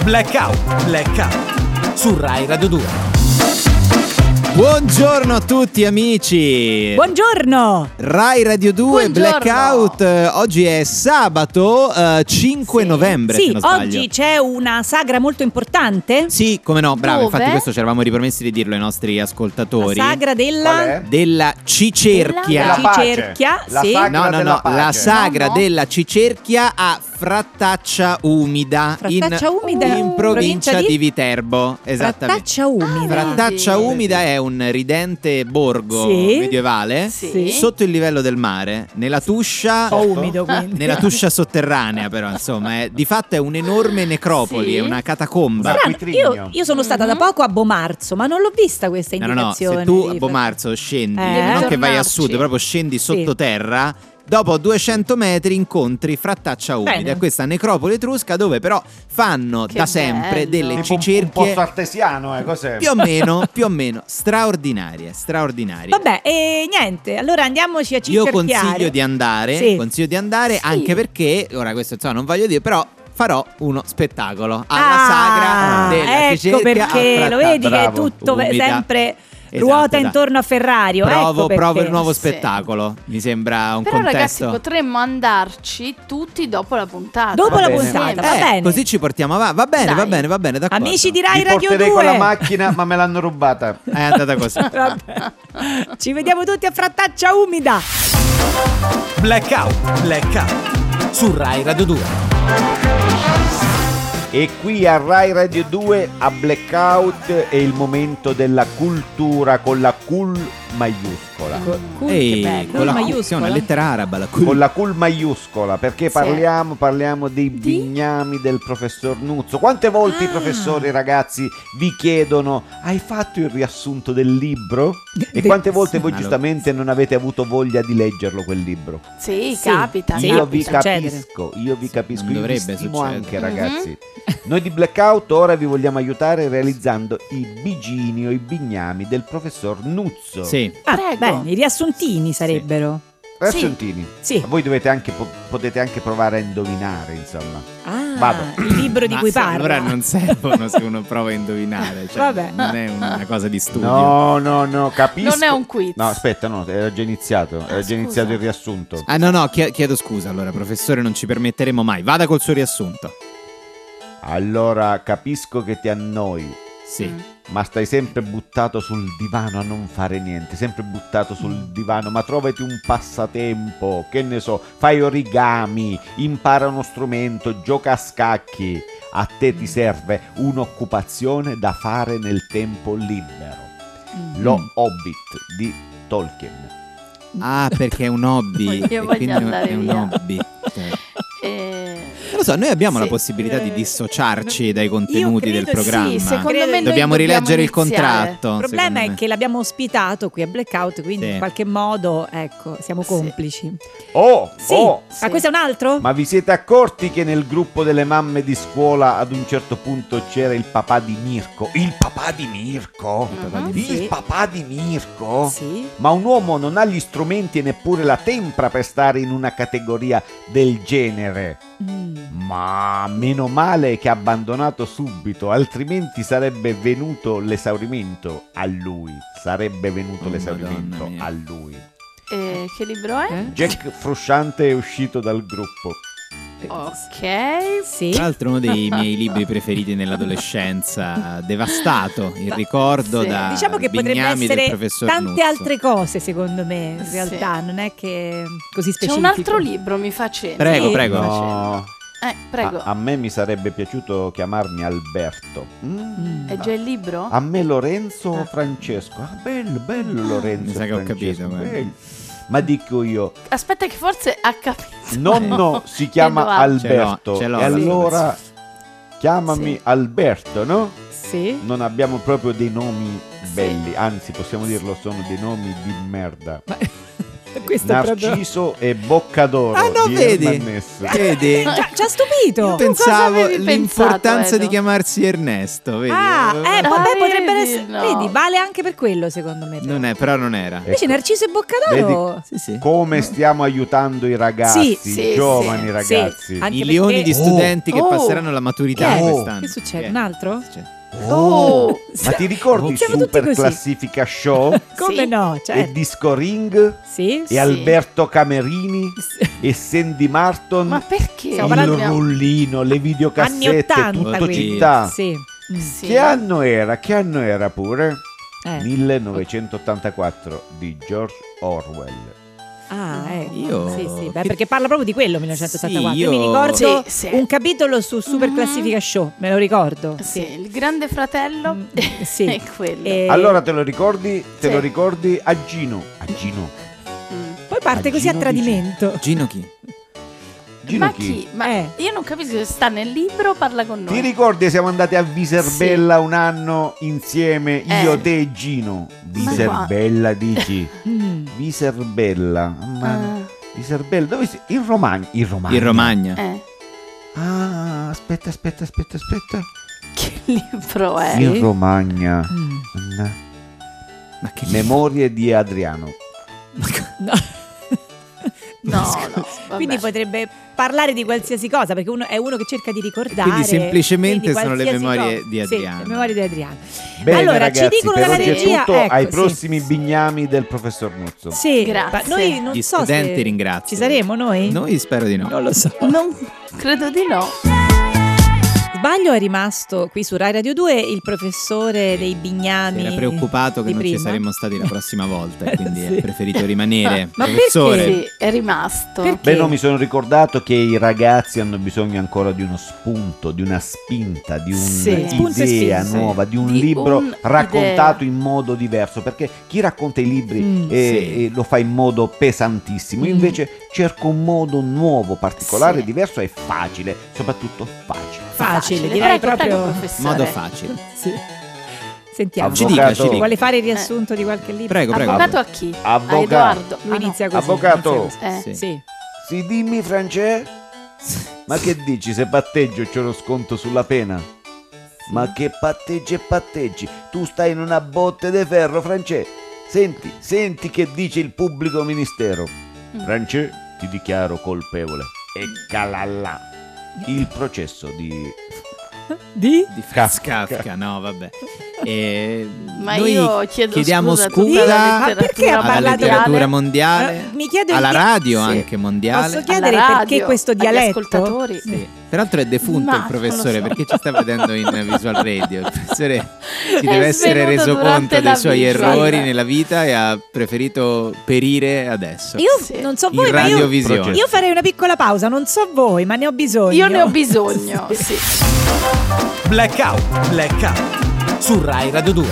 Blackout su Rai Radio 2. Buongiorno a tutti amici. Buongiorno. Rai Radio 2 Buongiorno. Blackout. Oggi è sabato 5 novembre. Sì, se non sbaglio. oggi c'è una sagra molto importante. Sì, come no, bravo. Dove? Infatti questo ci eravamo ripromessi di dirlo ai nostri La ascoltatori. sagra della Della Cicerchia. Della pace. Cicerchia, La sì. sagra No, della pace. la sagra No, no. della Cicerchia a Frattaccia Umida, Frattaccia Umida, in provincia di Viterbo. Esattamente. Frattaccia Umida. Frattaccia Vedi. Umida è un ridente borgo Sì. medievale Sì. sotto il livello del mare, nella tuscia, Un po' umido quindi. nella tuscia sotterranea, però insomma, di fatto è un'enorme necropoli, Sì. è una catacomba. Una- Strano, Acquitrigno. io sono stata da poco a Bomarzo, ma non l'ho vista questa No, indicazione. se tu a di- Bomarzo scendi, Eh. non che vai a Tornarci. sud, proprio scendi sottoterra. Dopo 200 metri incontri Frattaccia Umida, Bene. questa necropoli etrusca dove però fanno Che da sempre bello. delle Tipo un cicerchie posto artesiano, cos'è? più o meno straordinarie. Vabbè, e niente, allora andiamoci a Io cicerchiare. consiglio di andare, Sì. anche perché, ora questo insomma non voglio dire, però farò uno spettacolo alla Ah, sagra della ecco cicerchia perché a lo vedi che Bravo. tutto Umida. sempre Esatto, ruota esatto. intorno a Ferrario. ecco Provo perché. il nuovo Sì. spettacolo. Mi sembra un Però ragazzi contesto. potremmo andarci tutti dopo la puntata. Dopo Va la bene. puntata, va Insieme. bene. Così ci portiamo avanti. Va bene, Dai. va bene, d'accordo. Amici di Rai Vi Radio 2. porterei con la macchina, ma me l'hanno rubata. È andata così. Vabbè. Ci vediamo tutti a Frattaccia Umida. Blackout su Rai Radio 2. E qui a Rai Radio 2 a Blackout è il momento della cultura con la cul maiuscola. Ehi, che bello. con la maiuscola. c'è una lettera araba, la Con la cul maiuscola, perché Sì. parliamo dei bignami del professor Nuzzo. Quante volte i professori, ragazzi, vi chiedono: hai fatto il riassunto del libro? E quante volte voi Allora. giustamente non avete avuto voglia di leggerlo quel libro? Sì, Sì. capita. Sì, Io può vi succedere. capisco, Non io vi dovrebbe stimo succedere. anche, ragazzi. Noi di Blackout ora vi vogliamo aiutare realizzando i bigini o i bignami del professor Nuzzo. Sì. Ah, Prego. bene, i riassuntini sarebbero. Riassuntini. Sì. Voi dovete anche potete anche provare a indovinare, insomma. Ah, Vado. il libro di Ma cui se parla. allora non servono se uno prova a indovinare, cioè, Vabbè. non è una cosa di studio. No, capisco. Non è un quiz. No, aspetta, no, era già iniziato. Era già scusa. iniziato il riassunto. Ah no, chiedo scusa, allora professore, non ci permetteremo mai. Vada col suo riassunto. Allora, capisco che ti annoi, Sì. ma stai sempre buttato sul divano a non fare niente, sempre buttato sul divano, ma trovati un passatempo, che ne so, fai origami, impara uno strumento, gioca a scacchi. A te ti serve un'occupazione da fare nel tempo libero. Lo Hobbit di Tolkien. Ah, perché è un hobby. Io e voglio quindi andare è un via. hobby. Cioè, Eh, non lo so, noi abbiamo Sì. la possibilità di dissociarci dai contenuti del credo sì, programma. sì, secondo Credo- me noi Dobbiamo rileggere il iniziare. contratto. Il problema secondo è me. che l'abbiamo ospitato qui a Blackout, quindi Sì. in qualche modo, ecco, siamo complici. Oh, Sì. oh! Ah, questo è un altro? Ma vi siete accorti che nel gruppo delle mamme di scuola ad un certo punto c'era il papà di Mirko? Il papà di Mirko? Il Sì. papà di Mirko? Sì. Ma un uomo non ha gli strumenti e neppure la tempra per stare in una categoria del genere. Ma meno male che ha abbandonato subito, altrimenti sarebbe venuto l'esaurimento a lui. Sarebbe venuto Oh, l'esaurimento Madonna mia. a lui. Che libro è? Jack Frusciante è uscito dal gruppo. Ok. Sì. Tra l'altro uno dei miei libri preferiti nell'adolescenza, devastato il ricordo Sì. da Diciamo che potrebbe bignami del essere professor tante Nuzzo. altre cose, secondo me, in Sì. realtà, non è che così C'è specifico. un altro libro, mi fa cenno. Prego, Sì. prego. No, Prego. a me mi sarebbe piaciuto chiamarmi Alberto. È già il libro? A me Lorenzo o Francesco? Ah, bello Lorenzo. Mi sa che ho Francesco, capito, guarda. bello. Ma dico io, Aspetta che forse ha capito. nonno si chiama Edoardo. Alberto. Ce l'ho, e la allora chiamami Sì. Alberto, no? Sì. Non abbiamo proprio dei nomi belli, anzi possiamo dirlo, sono dei nomi di merda. Questo è proprio... Narciso e Boccadoro. Ah, no, di vedi? Herman Hesse. Vedi? Ci ha stupito. Pensavo avevi l'importanza pensato, di Edo? chiamarsi Ernesto, vedi? Vabbè, potrebbe vedi, essere... no. Vedi, vale anche per quello, secondo me. Non è, però non era. Invece Narciso e Boccadoro... Sì, sì. Come stiamo aiutando i ragazzi, Sì, i giovani sì, ragazzi. Anche Milioni perché- di studenti che Oh. passeranno la maturità Che è? quest'anno. Che succede? Che è? Un altro? Succede. Oh, Ma ti ricordi Siamo tutti Super così. Classifica Show? Come Sì. no? E Certo. Disco Ring? Sì. E Alberto Camerini? E Sandy Martin? ma perché? Stiamo il parlando- rullino, le Anni videocassette, 80, tutto quindi. città. Sì. Sì. Che anno era? Che anno era pure? 1984 di George Orwell. Ah, Io- Sì, beh, perché parla proprio di quello, 1984. Sì, Io mi io- ricordo Sì, sì. un capitolo su Super Classifica Show, me lo ricordo. Sì, il grande fratello Sì. è quello. E Allora te lo ricordi? Te Sì. lo ricordi a Gino? A Gino. Mm. poi parte così a Gino tradimento. Gino chi? Gino Ma chi? Ma io non capisco se sta nel libro o parla con noi. Ti ricordi siamo andati a Viserbella un anno insieme, io, te e Gino? Ma Viserbella dici? Mm. Viserbella. Ah, Viserbella, dove si... In Romagna. In Romagna. In Romagna. Ah, aspetta. Che libro è? In Romagna. Mm. Ma che Memorie di Adriano. No. No, vabbè. Quindi potrebbe parlare di qualsiasi cosa, perché è uno che cerca di ricordare. Quindi semplicemente quindi sono le qualsiasi memorie cosa. di Adriano. Sì, le memorie di Adriano. Bene Allora, ragazzi, ci dicono per dalla oggi è regia, tutto, ai ecco, sì. prossimi bignami del professor Nuzzo. Sì, Grazie. ma noi non Gli so studenti se ringraziano. ci saremo noi? Noi spero di no. Non lo so. Non credo di no. Sbaglio, è rimasto qui su Rai Radio 2 il professore dei bignami. Era preoccupato che di non ci prima. saremmo stati la prossima volta e quindi Sì. ha preferito rimanere. Ma Professore, perché? Sì, è rimasto. Perché? Beh, no, mi sono ricordato che i ragazzi hanno bisogno ancora di uno spunto, di una spinta, di Sì, spunto e un'idea spinta. nuova, di un Di libro un'idea. raccontato in modo diverso, perché chi racconta i libri Mm, sì. lo fa in modo pesantissimo, io invece cerco un modo nuovo, particolare, Sì. diverso e facile, soprattutto facile. Facile, direi prego, proprio. prego, professore. modo facile. Sì. Sentiamo. Ci dica, ci dica. Vuole fare il riassunto di qualche libro? Prego, prego. Avvocato a chi? Avvocato. A Edoardo. Lui Ah, no. inizia così. Avvocato. inizia così. Eh. Sì. Sì, dimmi Francè, ma che dici se patteggio c'ho lo sconto sulla pena? Ma che patteggi e patteggi? Tu stai in una botte de ferro, Francè. Senti che dice il pubblico ministero. Francè, ti dichiaro colpevole. E calalla. Il processo di... Di? Di Franz Kafka, no, vabbè. Ma noi io chiedo chiediamo scusa a scusa tutta la Ma perché letteratura ha alla parlato- letteratura mondiale, Mi chiedo alla radio Sì. anche mondiale. Posso chiedere Alla perché radio, questo agli dialetto? ascoltatori. Sì. Peraltro è defunto Ma il professore non lo so. perché ci sta vedendo in Visual Radio. Il professore si È deve essere svenuto reso durante conto la dei suoi visual. errori nella vita e ha preferito perire adesso. Io Sì. non so In voi, ma radiovisione. io farei una piccola pausa, non so voi, ma ne ho bisogno. Io ne ho bisogno, sì. Blackout su Rai Radio 2.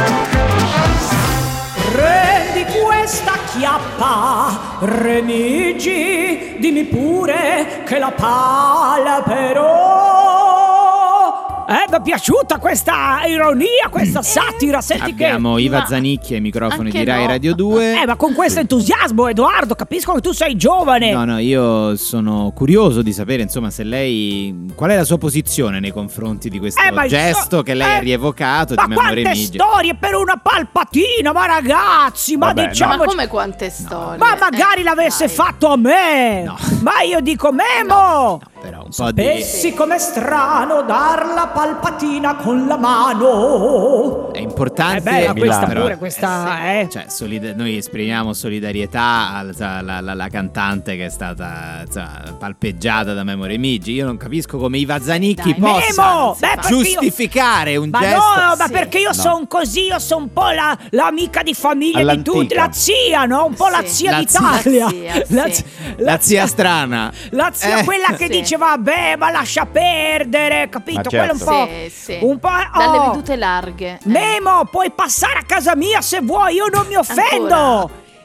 Prendi questa chiappa, Remigi, dimmi pure che la palperò. Vi è piaciuta questa ironia, questa satira? Senti Abbiamo Iva Ma Zanicchi ai microfoni anche di Rai no. Radio 2. ma con questo entusiasmo, Edoardo, capisco che tu sei giovane. No, io sono curioso di sapere, insomma, se lei qual è la sua posizione nei confronti di questo ma il gesto che lei ha rievocato Ma di Memoria quante Remigi. storie per una palpatina, ma ragazzi, ma Vabbè, diciamo... Ma come quante storie? Ma magari l'avesse dai. fatto a me! No. Ma io dico Memo! No, però un po' di Pensi com'è strano dar la palpatina con la mano? è importante. È bella questa però- pure, questa, Cioè, noi esprimiamo solidarietà alla cantante che è stata palpeggiata da Memoria Remigi. Io non capisco come Iva Zanicchi Dai, possa Memo! Beh, perché io- giustificare un Ma gesto. no, ma Sì. perché io sono così, io sono un po' l'amica di famiglia All'antica. di tutti, la zia, no? Un po' la Sì. zia La d'Italia. zia, sì. La zia strana. La zia, quella che Sì. dice vabbè, ma lascia perdere, capito? Ma certo. Quello un po'. Sì, sì. Un po'. Dalle oh. vedute larghe. Memo, puoi passare a casa mia se vuoi, io non mi offendo. Ancora?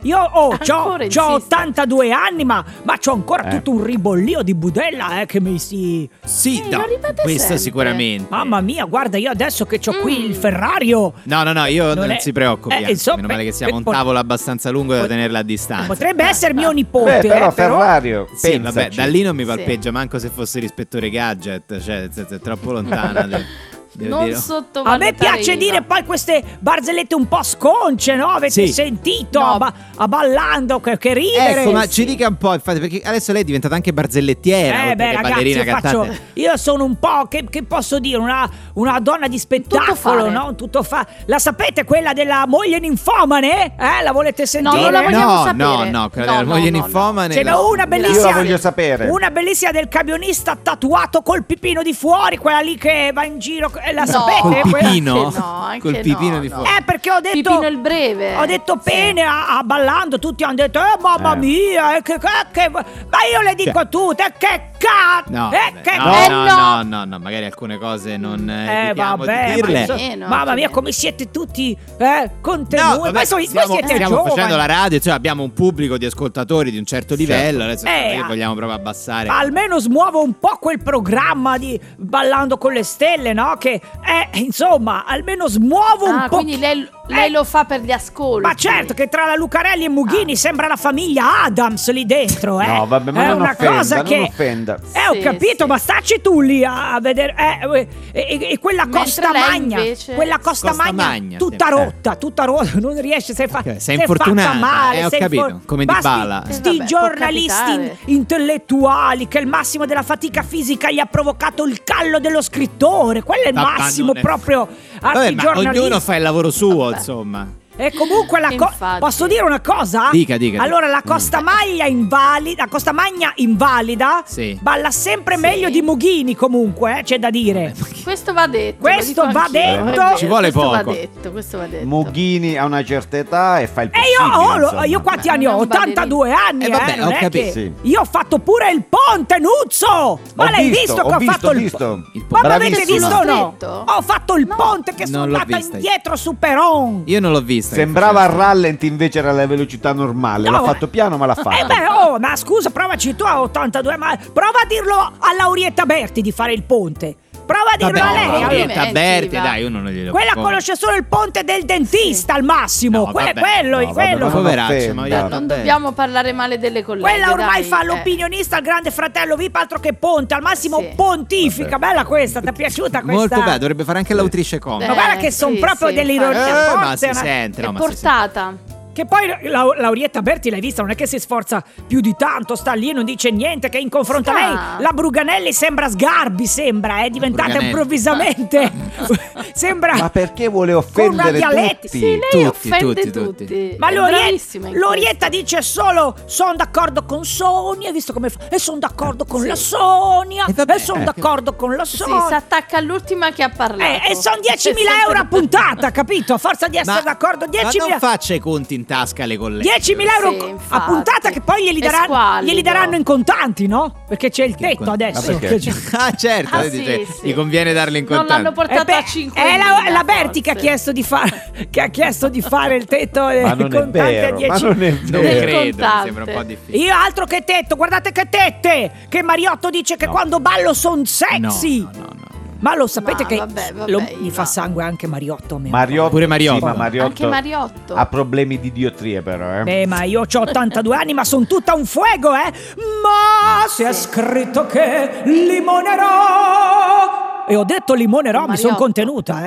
Io Ancora c'ho insiste. 82 anni, ma c'ho ancora tutto un ribollio di budella che mi si... Sì, lo no, ripete questo sempre. sicuramente. Mamma mia, guarda, io adesso che c'ho qui il Ferrario... No, io Non non è- si preoccupi. anzi, insomma, meno male che siamo un pot- tavolo abbastanza lungo da pot- tenerla a distanza. Potrebbe essere mio nipote, Beh, però però... Ferrario, Sì, vabbè, pensaci. da lì non mi Sì. palpeggia manco se fosse l'ispettore Gadget, cioè nel senso, è troppo lontana. devo Non dire. A sottovalutare me piace Iva. dire poi queste barzellette un po' sconce, no? Avete Sì. sentito? No. Ballando, che ridere. Ecco, ma ci dica un po', infatti, perché adesso lei è diventata anche barzellettiera, oltre che ragazzi, ballerina io cantante. io sono un po', che posso dire, una donna di spettacolo, tuttofare. no? La sapete quella della moglie ninfomane? La volete sentire? No, non la vogliamo sapere. No, quella della moglie ninfomane. Ce n'è no. una Io bellissima. la voglio sapere. Una bellissima del camionista tatuato col pipino di fuori, quella lì che va in giro, la sapete? Col Quella- pipino? Anche Col no, pipino no, di no. fuori. Perché ho detto Pipino il breve. Ho detto Sì. bene a ballando, tutti hanno detto mamma mia, ma io le dico a tutte, che cazzo! No, che no, magari alcune cose non evitiamo vabbè, di dirle. mamma mia, come siete tutti contenuti. No, vabbè, Ma voi stiamo siete stiamo giovani. facendo la radio, cioè abbiamo un pubblico di ascoltatori di un certo livello, adesso non è che ah. vogliamo proprio abbassare. Almeno smuovo un po' quel programma di Ballando con le stelle, no? Che insomma, almeno smuovo un po'. Quindi lei lo fa per gli ascolti. Ma certo che tra la Lucarelli e Mughini sembra la famiglia Adams lì dentro, No, vabbè, ma è non una offenda, cosa non che offenda. ho Sì, capito, sì. ma staci tu lì a vedere e quella Mentre Costa lei Magna, invece- quella Costa Costa Magna, Magna, tutta sì. rotta, non riesce, sei sei infortunata, fatta male, ho sei capito, come Dybala. sti Vabbè, giornalisti può capitare. intellettuali che il massimo della fatica fisica gli ha provocato il callo dello scrittore, quello è il Ma massimo non è- proprio Vabbè, ma giornalisti. ognuno fa il lavoro suo, insomma. E comunque Infatti. posso dire una cosa? Dica. Allora la Costa Magna invalida Sì. balla sempre Sì. meglio di Mughini comunque, c'è da dire. Questo va detto. Questo lo dico va anch'io, detto. è vero, Ci vuole questo poco. Questo va detto. Mughini ha una certa età e fa il E possibile. insomma. io quanti anni ho? non va 82 anni, vabbè, non ho è capito. che Sì. io ho fatto pure il ponte Nuzzo. Ma Ho l'hai visto, visto che ho ho fatto il visto. Il Ma l'avete Bravissima. visto o no? Stretto? Ho fatto il No. ponte che sono Non l'ho andata vista io. indietro su Peron. Io non l'ho vista. Sembrava a rallenti, invece era alla velocità normale. No, L'ha fatto piano, ma l'ha fatto. Ma scusa, provaci tu a 82, ma prova a dirlo a Laurietta Berti di fare il ponte. Prova a dirlo a lei. allora. Laurietta Berti, Iva. dai, uno non glielo Quella può. conosce solo il ponte del dentista al massimo. No, vabbè. Quello. No, vabbè, Ma non poveraccio, offenda. Laurietta Non Berti. dobbiamo parlare male delle colleghe. Quella ormai dai, fa l'opinionista al grande fratello VIP, altro che ponte, al massimo Sì. pontifica. Bella questa, ti è piaciuta questa? Molto bella, dovrebbe fare anche l'autrice comica. Ma guarda che sono sì, proprio sì, delle infatti. ironie Ma forte, si una- sente, È no, ma si sente. portata. Che poi Laurietta Berti l'hai vista, non è che si sforza più di tanto, sta lì e non dice niente, che in confronto a Sta. lei la Bruganelli sembra Sgarbi, è diventata Bruganelli. improvvisamente. Sembra Ma perché vuole con una offendere dialetti. tutti? Sì, lei Tutti, offende tutti, tutti. tutti. Ma È Laurietta, bravissima in Laurietta questo. dice solo sono d'accordo con Sonia, hai visto come fa? E sono d'accordo con la Sonia, E vabbè, e sono d'accordo con la Sì, Sonia. si attacca all'ultima che ha parlato. E sono 10.000 euro a puntata, capito? A forza di essere d'accordo, ma non 10.000 faccia i conti in tasca alle colleghe. 10.000 euro Sì, a infatti. puntata che poi È squallido. glieli daranno in contanti, no? Perché c'è il tetto Ma adesso. perché? Che c'è- Ah, certo, Ah, lei sì, dice, sì. gli conviene darli in Non contanti. l'hanno portato beh, a 5 è la Berti che ha chiesto di fare il tetto Ma non è contanti a vero, 10. ma non è Non Nel vero. credo, mi contante. sembra un po' difficile. Io altro che tetto, guardate che tette! Che Mariotto dice che quando ballo son sexy. No. Ma lo sapete Ma che vabbè, mi fa sangue anche Mariotto a me. Mariotto, Pure Mariotto. sì, ma Mariotto Anche Mariotto. ha problemi di diotrie però, Ma io ho 82 anni, ma sono tutta un fuego, Ma si è scritto che limonerò. E ho detto limonerò, mi sono Mariotto. contenuta,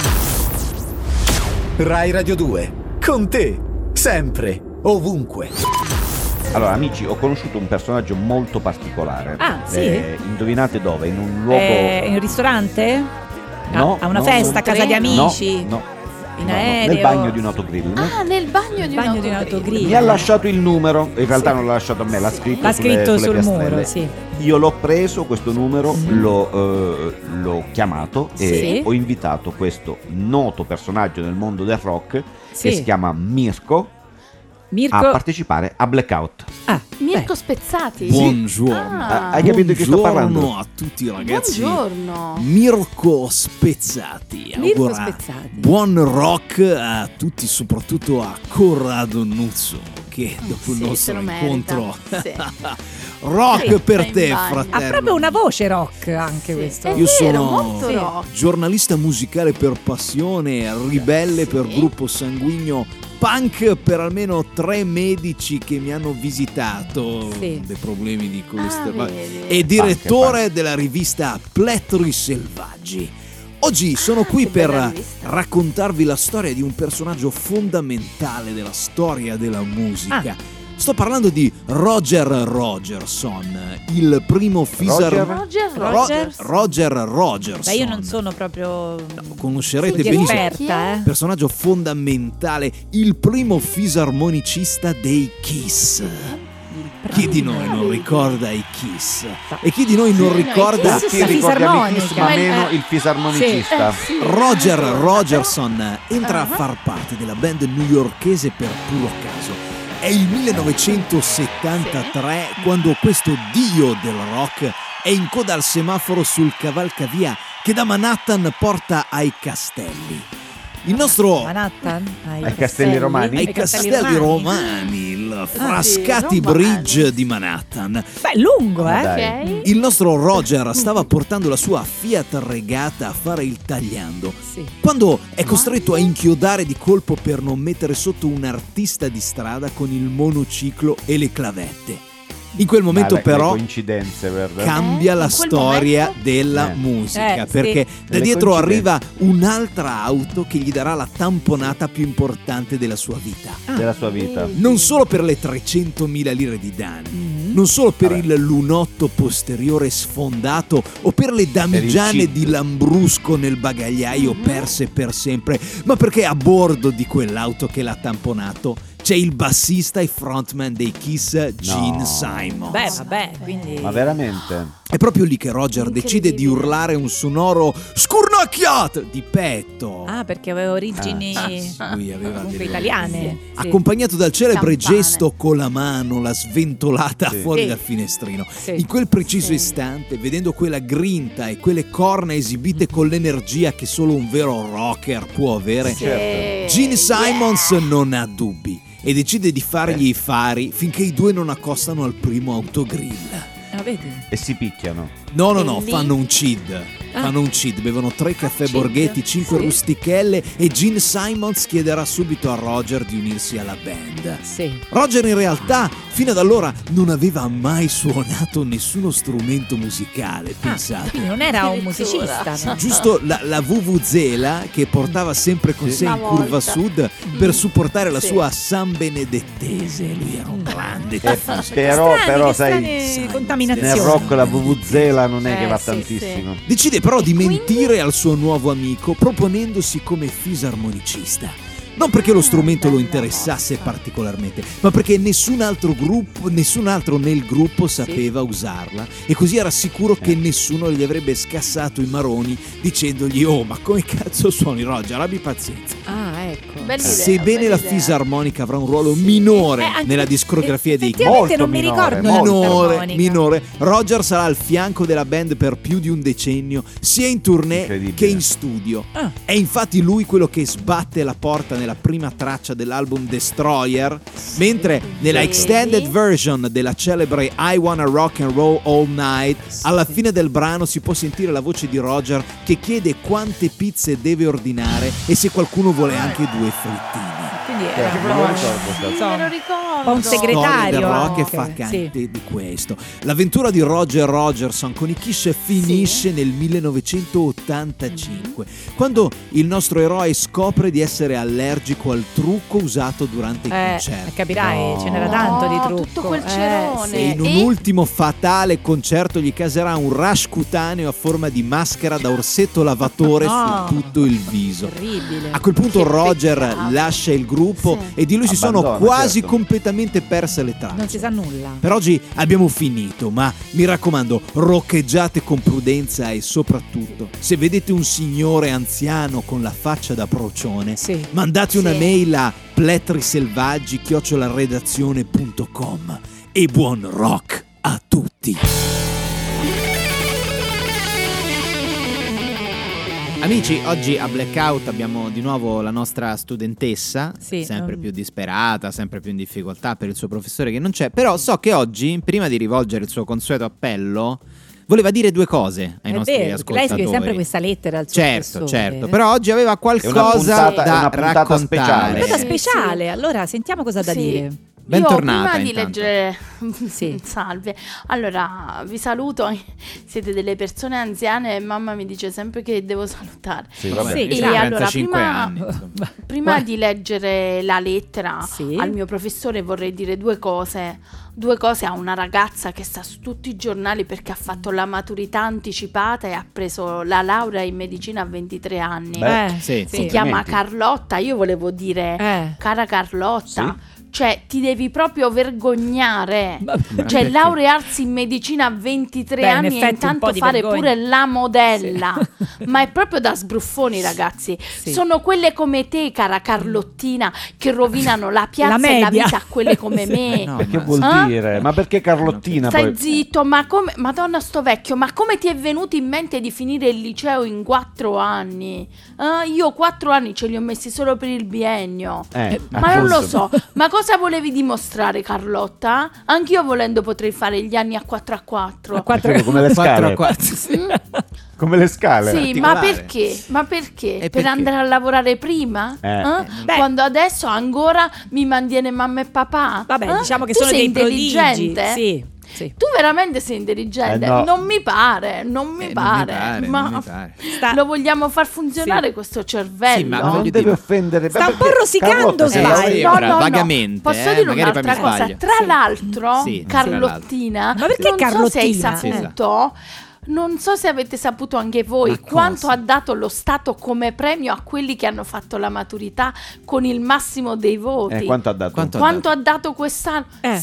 Rai Radio 2, con te, sempre, ovunque. Allora, amici, ho conosciuto un personaggio molto particolare. Ah, sì? Indovinate dove? In un luogo... In un ristorante? No, A una no, festa, a sul casa di treno? amici? No, In no, aereo? nel bagno di un autogrill. Ah, nel bagno di Bagno di un un autogrill. Mi ha lasciato il numero, in realtà non l'ha lasciato a me, l'ha scritto, L'ha scritto sulle sul piastrelle. muro, sì. Io l'ho preso questo numero, l'ho chiamato e Sì. ho invitato questo noto personaggio nel mondo del rock Sì. che si chiama Mirko Mirko. a partecipare a Blackout. Mirko Spezzati. Buongiorno. Ah, Hai capito di chi sto parlando? Buongiorno a tutti ragazzi. buongiorno. Mirko Spezzati. Mirko Augura Spezzati. buon rock a tutti, soprattutto a Corrado Nuzzo. anche dopo il Sì, nostro se lo incontro. merita. Rock Sì, per sta te, in bagno. Ha fratello. proprio una voce rock anche Sì. questo. È Io vero, sono molto Sì. rock. giornalista musicale per passione, ribelle per gruppo sanguigno, punk per almeno 3 medici che mi hanno visitato Sì. dei problemi di colesterolo vedi. e direttore della rivista Plettri Selvaggi. Oggi sono qui che bella per rivista. raccontarvi la storia di un personaggio fondamentale della storia della musica. Sto parlando di Roger Rogerson, il primo Roger Rogerson. Beh, io non sono proprio Conoscerete Sì, benissimo. esperta, Personaggio fondamentale, il primo fisarmonicista dei Kiss. Chi di noi non ricorda i Kiss? E chi di noi non ricorda Kiss Tutti ricordiamo i Kiss, fisarmonica. ma meno il fisarmonicista. Sì, Roger Rogerson entra a far parte della band newyorkese per puro caso. È il 1973 quando questo dio del rock è in coda al semaforo sul cavalcavia che da Manhattan porta ai castelli. Il nostro Manhattan? Ai Castelli Romani? ai castelli romani, il Frascati romani. Bridge di Manhattan. Beh, lungo, Ma eh? dai. Ok. Il nostro Roger stava portando la sua Fiat regata a fare il tagliando Sì. quando è costretto a inchiodare di colpo per non mettere sotto un artista di strada con il monociclo e le clavette. In quel momento Le però coincidenze, guarda. cambia la in quel storia momento? della musica, sì. perché da Le dietro coincidenze. arriva un'altra auto che gli darà la tamponata più importante della sua vita. Della sua vita. Non solo per le 300.000 lire di danni, non solo per Vabbè. il lunotto posteriore sfondato o per le damigiane CID. di Lambrusco nel bagagliaio perse per sempre, ma perché a bordo di quell'auto che l'ha tamponato c'è il bassista e frontman dei Kiss, Gene Simons. Beh, vabbè, quindi Ma veramente? È proprio lì che Roger decide di urlare un sonoro scurnacchiat di petto. Ah, perché aveva origini Lui aveva comunque delle italiane. Sì. accompagnato dal celebre Campane. gesto con la mano, la sventolata Sì. fuori Sì. dal finestrino. Sì. In quel preciso Sì. istante, vedendo quella grinta e quelle corna esibite con l'energia che solo un vero rocker può avere, Sì. Gene Simons non ha dubbi e decide di fargli i fari finché i due non accostano al primo autogrill. Ah, vedi? E si picchiano. No, E no, lì- fanno un CID. Ah. Fanno un CID, bevono 3 caffè CID? Borghetti, 5 Sì. rustichelle e Gene Simons chiederà subito a Roger di unirsi alla band. Sì. Roger in realtà fino ad allora non aveva mai suonato nessuno strumento musicale, pensate. Quindi non era un Addirittura. musicista, no? Giusto la vuvuzela che portava sempre con sé Una in curva volta. sud per supportare la Sì. sua San Benedettese. Lui era un grande Però, Strane, però che sai, strane contaminazioni. nel rock la vuvuzela non è che va sì, tantissimo. Decide però di mentire al suo nuovo amico proponendosi come fisarmonicista. Non perché lo strumento lo interessasse particolarmente, ma perché nessun altro nel gruppo sapeva usarla e così era sicuro che nessuno gli avrebbe scassato i maroni dicendogli "Oh, ma come cazzo suoni, Roger? Abbi pazienza". Ah, ecco. Bella idea, Sebbene bella la idea. fisarmonica avrà un ruolo minore anche- nella discografia dei Kiss, effettivamente Molto non mi minore, ricordo molto. la fisarmonica. minore, Roger sarà al fianco della band per più di un decennio, sia in tournée Incredibile. che in studio. Ah. È infatti lui quello che sbatte la porta nella prima traccia dell'album Destroyer, mentre nella Sì. extended version della celebre I Wanna Rock and Roll All Night, alla fine del brano si può sentire la voce di Roger che chiede quante pizze deve ordinare e se qualcuno vuole anche 2 frittini. Quindi era Che un me lo po', ricordo, stato. Sì, insomma, me lo un ricordo. po' un Storia segretario del rock che anche. fa cante Sì. di questo. L'avventura di Roger Rogerson con i Kiss finisce nel 1985, quando il nostro eroe scopre di essere allergico al trucco usato durante i concerti. capirai, No. ce n'era tanto di No, trucco. tutto quel cerone. E in un E- ultimo fatale concerto gli caserà un rash cutaneo a forma di maschera da orsetto lavatore No. su tutto il viso. Terribile. A quel punto Che Roger peccato. lascia il gruppo Sì. e di lui si sono Abbandona, quasi certo. completamente perse le tracce. Non si sa nulla. Per oggi abbiamo finito, ma mi raccomando, roccheggiate con prudenza e soprattutto, se vedete un signore anziano con la faccia da procione, Sì. mandate una Sì. mail a pletriselvaggi@redazione.com e buon rock a tutti! Amici, oggi a Blackout abbiamo di nuovo la nostra studentessa, Sì, sempre più disperata, sempre più in difficoltà per il suo professore che non c'è. Però so che oggi, prima di rivolgere il suo consueto appello, voleva dire due cose ai È nostri vero, perché ascoltatori. lei scrive sempre questa lettera al suo Certo, professore. certo, però oggi aveva qualcosa è una da puntata raccontare. speciale. Cosa Sì, speciale, allora sentiamo cosa ha da Sì. dire. Bentornata, Io prima di intanto. leggere Sì. salve, allora vi saluto, siete delle persone anziane e mamma mi dice sempre che devo salutare. Sì, vabbè. Sì, E grazie. allora 35 prima, anni, insomma. prima di leggere la lettera Sì. al mio professore vorrei dire due cose a una ragazza che sta su tutti i giornali perché ha fatto la maturità anticipata e ha preso la laurea in medicina a 23 anni. Beh, Sì. Si chiama complimenti. Carlotta. Io volevo dire, cara Carlotta, Sì. cioè ti devi proprio vergognare. Cioè perché? laurearsi in medicina a 23 Beh, in anni e effetti un intanto po' di fare vergogna. pure la modella. Ma è proprio da sbruffoni, ragazzi. Sì. Sono quelle come te, cara Carlottina, che rovinano la piazza La e la media. vita a quelle come me. No, Che ma- vuol Ah? dire? Ma perché Carlottina Stai poi? zitto, ma come, Madonna sto vecchio, ma come ti è venuto in mente di finire il liceo in 4 anni? Io 4 anni ce li ho messi solo per il biennio. Ma non lo appunto. so, ma cosa volevi dimostrare, Carlotta? Anch'io volendo potrei fare gli anni a 4 a 4. A quattro- Perché come le 4 scale. a 4. Come le scale. Sì, ma particolare. perché? Ma perché? E Per perché? andare a lavorare prima? Beh. Quando adesso ancora mi mantiene mamma e papà? Vabbè, diciamo che Tu sono sei dei prodigi. intelligente? Sì, sì. Tu veramente sei intelligente? No. Non mi pare, non mi pare. Ma non mi pare. Sta- lo vogliamo far funzionare Sì. questo cervello? Sì, ma Ma non voglio deve dire- offendere. Sta un po' perché rosicando, Carlotta si sbaglia. laurea- Sembra, vagamente, Posso dire magari poi mi un'altra cosa? sbaglio. Tra Sì. l'altro, Sì, Carlottina, Ma perché non so se hai Carlottina? Sì, saputo, non so se avete saputo anche voi Ma cosa? quanto ha dato lo Stato come premio a quelli che hanno fatto la maturità con il massimo dei voti. Quanto ha dato? Quanto Ha dato quest'anno? Eh.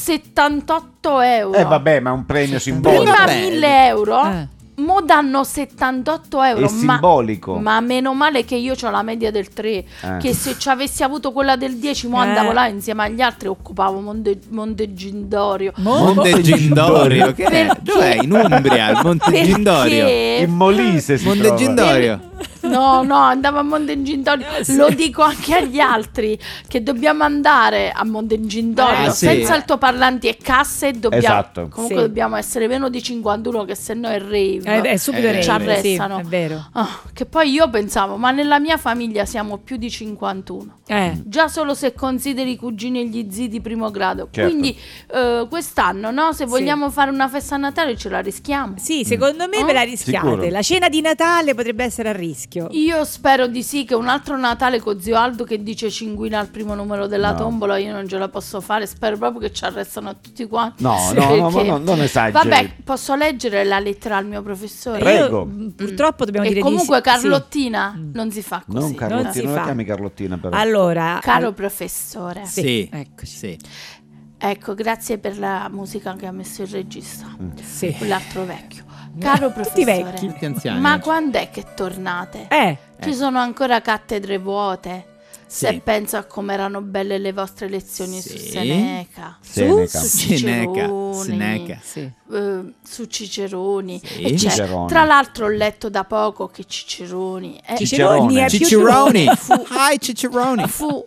78 euro. Vabbè, ma è un premio simbolico. Prima Vabbè. 1000 euro, Eh. danno 78 euro. È simbolico. Ma meno male che io ho la media del 3. Che se ci avessi avuto quella del 10, mo andavo là insieme agli altri e occupavo Montegindorio. Monte Gindorio, che è? Perché? Dov'è? In Umbria, il Monte Gindorio. Perché? In Molise si Monte trova. Gindorio. No, andavo a Montegindorio. Lo dico anche agli altri che dobbiamo andare a Montegindorio Ah, sì. senza altoparlanti e casse. Dobbiamo, Esatto. Comunque Sì. dobbiamo essere meno di 51, che se no è rave. È subito Ci rave, sì, arrestano. è vero. Ah, che poi io pensavo, ma nella mia famiglia siamo più di 51. Già solo se consideri i cugini e gli zii di primo grado. Certo. Quindi quest'anno, no? Se vogliamo fare una festa a Natale ce la rischiamo. Sì, secondo me ve la rischiate. Sicuro. La cena di Natale potrebbe essere a rischio. Io spero di sì, che un altro Natale con zio Aldo che dice cinguina al primo numero della No. tombola io non ce la posso fare. Spero proprio che ci arrestano tutti quanti. No, Perché- non esageri. Vabbè, posso leggere la lettera al mio professore? Prego. Purtroppo dobbiamo E dire comunque di sì. Carlottina non si fa così. Non Carlottina, Non si non la fa. chiami Carlottina però. Allora, Caro professore, Sì, eccoci. sì. ecco, grazie per la musica che ha messo il regista, sì. quell'altro vecchio. Caro Tutti professore, vecchi. Tutti anziani ma oggi. quando è che tornate? Ci Eh, sono ancora cattedre vuote. Se Sì. penso a come erano belle le vostre lezioni su Sì. Seneca, Seneca. su Seneca, Cicerone, Seneca. sì. su Ciceroni, Sì. eccetera. Cicerone. Tra l'altro ho letto da poco che Ciceroni Ciceroni è più Cicciaroni. Hi Cicciaroni.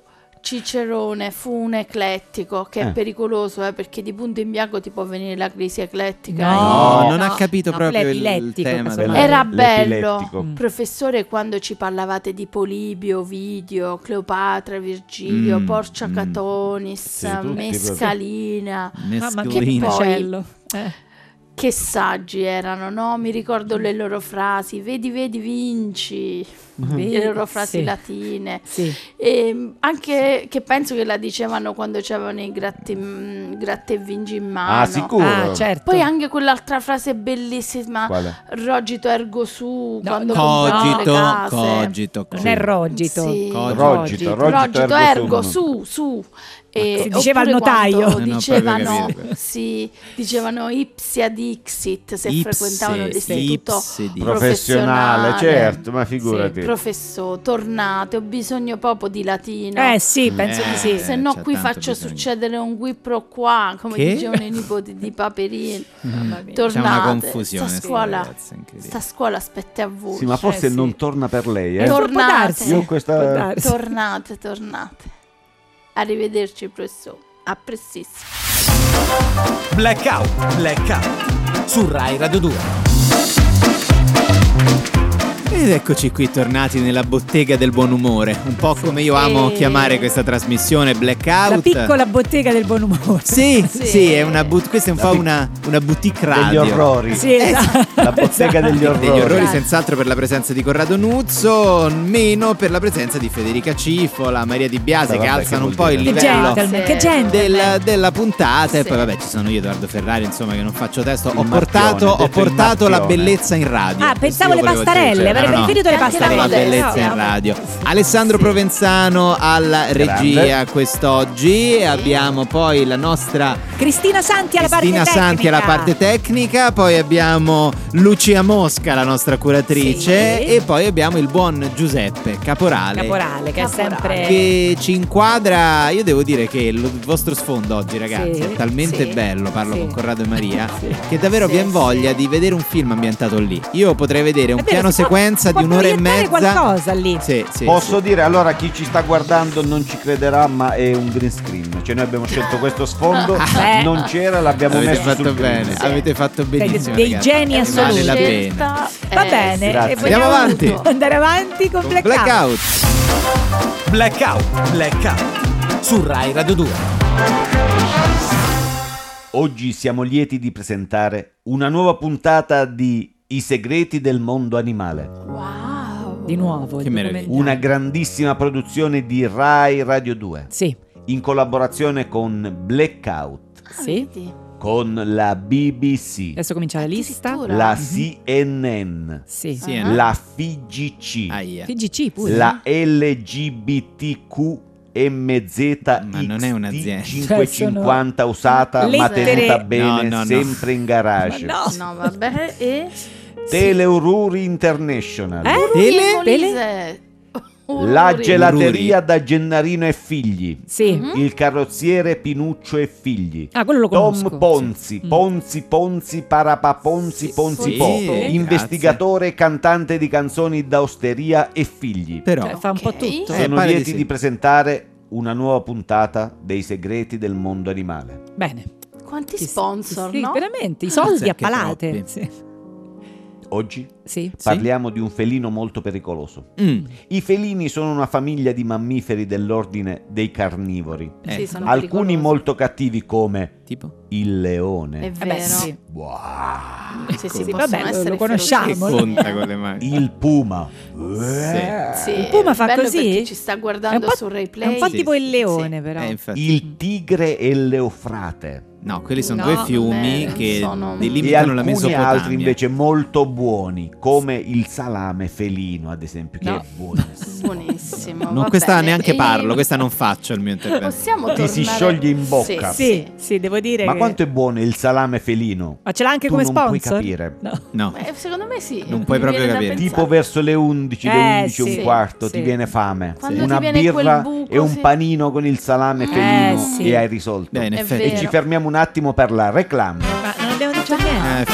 Cicerone fu un eclettico che è pericoloso, perché di punto in bianco ti può venire la crisi eclettica. No, non no, ha capito no, proprio il l'epilettico, tema. casomai. del- Era bello, L'epilettico. professore, quando ci parlavate di Polibio, Ovidio, Cleopatra, Virgilio, Porcia Catonis, Sì, tutti Mescalina. Mamma che Mescalina. poi- macello. Che saggi erano, no? Mi ricordo le loro frasi, vedi, vinci, le loro frasi Sì. latine. Sì. E anche che penso che la dicevano quando c'erano i gratta e vinci in mano. Ah, sicuro. Ah, certo. Poi anche quell'altra frase bellissima, Quale? Rogito ergo su, No, quando no, compravano le Cogito, case. cogito, Non è Rogito. Sì. Rogito Rogito ergo sum. su. E Si diceva al oppure notaio. quando Non ho dicevano, proprio capito. sì, dicevano ipsia dixit se Ipse, frequentavano l'istituto ipse di- Professionale, certo, ma figurati. Professore, tornate, ho bisogno proprio di latino. Sì, penso di sì. Se no c'è qui tanto faccio bisogno. succedere un qui pro qua, come Che? dicevano i nipoti di Paperini. Mamma mia. Tornate. C'è una confusione, Sta sta scuola, ragazza, incredibile. sta scuola aspetta a voi. Sì, ma forse sì. non torna per lei, eh? Può Tornate. darsi. Io Può questa... darsi. Tornate. Arrivederci, professore. A prestissimo. Blackout su Rai Radio 2. Ed eccoci qui tornati nella bottega del buon umore, un po' come io amo Sì. chiamare questa trasmissione, Blackout. La piccola bottega del buon umore. Sì, Sì. sì, è questa è un po' una boutique radio. degli orrori. Sì, esatto. La bottega degli orrori. Degli orrori, senz'altro per la presenza di Corrado Nuzzo, meno per la presenza di Federica Cifola, Maria Di Biase, Beh, che vabbè, alzano che un po' vuol il Che dire? livello gentleman, che Sì. gentleman. della puntata. E Sì. poi vabbè ci sono io, Edoardo Ferrari, insomma, che non faccio testo. Il Ho Marchione, portato detto il la Marchione. bellezza in radio. Ah, pensavo le Questo io volevo pastarelle, dire. avrei No, no. preferito le Anche la La pastarelle. modella. bellezza in No, radio. Alessandro Provenzano alla regia quest'oggi. E abbiamo poi la nostra Cristina Santi alla parte Cristina tecnica. Santi alla parte tecnica. Poi abbiamo Lucia Mosca, la nostra curatrice. Sì. E poi abbiamo il buon Giuseppe Caporale, Caporale, che è sempre... che ci inquadra. Io devo dire che il vostro sfondo oggi, ragazzi, Sì, è talmente sì, bello. Parlo sì. con Corrado e Maria, che davvero Sì, vi viene voglia sì. di vedere un film ambientato lì. Io potrei vedere un È vero, piano si può- sequenza si può di un'ora e proiettare mezza. qualcosa lì. Sì, sì, Posso sì. dire, allora, chi ci sta guardando non ci crederà, ma è un green screen. Cioè noi abbiamo scelto questo sfondo, non c'era, l'abbiamo Avete messo fatto sul green. bene, avete fatto benissimo. dei ragazzi. geni È una assoluti. Vale la pena. scelta, Va bene, grazie. e vogliamo Andiamo avanti. andare avanti con Blackout. Blackout. Blackout su Rai Radio 2. Oggi siamo lieti di presentare una nuova puntata di I segreti del mondo animale. Wow. Di nuovo. Che il meraviglia. documentario. Una grandissima produzione di Rai Radio 2, Sì, in collaborazione con Blackout, sì. Vedi? con la BBC, Adesso comincia la lista. Addirittura. la CNN, Sì. Sì, Ah. la FIGC, Aia. FGC pure. la LGBTQMZXT Ma non è un'azienda. 550 usata ma lettere- tenuta bene, No. sempre in garage. Ma no. No, vabbè, e Teleururi International, Tele? la gelateria da Gennarino e figli, Sì. il carrozziere Pinuccio e figli, Ah, quello lo conosco. Tom Ponzi, Sì. Ponzi, Parapaponzi, Ponzi Sì, Po, grazie. investigatore e cantante di canzoni da osteria e figli. Però Fa un po' Ok. tutto. Eh, Sono pare di lieti sì. di presentare una nuova puntata dei segreti del mondo animale. Bene. Quanti Sì, sponsor, sì, no? veramente, i soldi Sì, a anche palate. troppi. Sì. Oggi Sì. parliamo di un felino molto pericoloso. I felini sono una famiglia di mammiferi dell'ordine dei carnivori. Sì, sono Alcuni pericolosi. molto cattivi come tipo il leone, È Vabbè, vero. sì. Wow. Sì, Sì, possono vabbè, essere lo conosciamo. che feroci. conta con le mani. il puma. Sì, Il puma fa bello così? per chi ci sta guardando su Rai È un Play. po' Sì, tipo il sì, leone, però. Infatti. Il tigre e l'eufrate. No, quelli sono No, due fiumi beh, che sono- E delimitano la alcuni Mesopotamia. altri invece molto buoni, come il salame felino, ad esempio, che No. è buonissimo. Buonissimo. Non va questa bene. neanche E parlo, questa non faccio il mio intervento. Possiamo Ti si tornare- scioglie in bocca. Sì, sì, devo dire Ma che... quanto è buono il salame felino? Ma ce l'ha anche Tu come non sponsor? puoi capire. No. No. Secondo me sì. Non puoi mi proprio viene da capire. pensare. Tipo verso le 11, le 11 e sì, un quarto, sì. ti viene fame. Quando Una ti viene quel birra buco, e un sì. panino con il salame felino sì. e hai risolto. Beh, in È effetti. E vero. ci fermiamo un attimo per la reclama. Ma non abbiamo detto niente.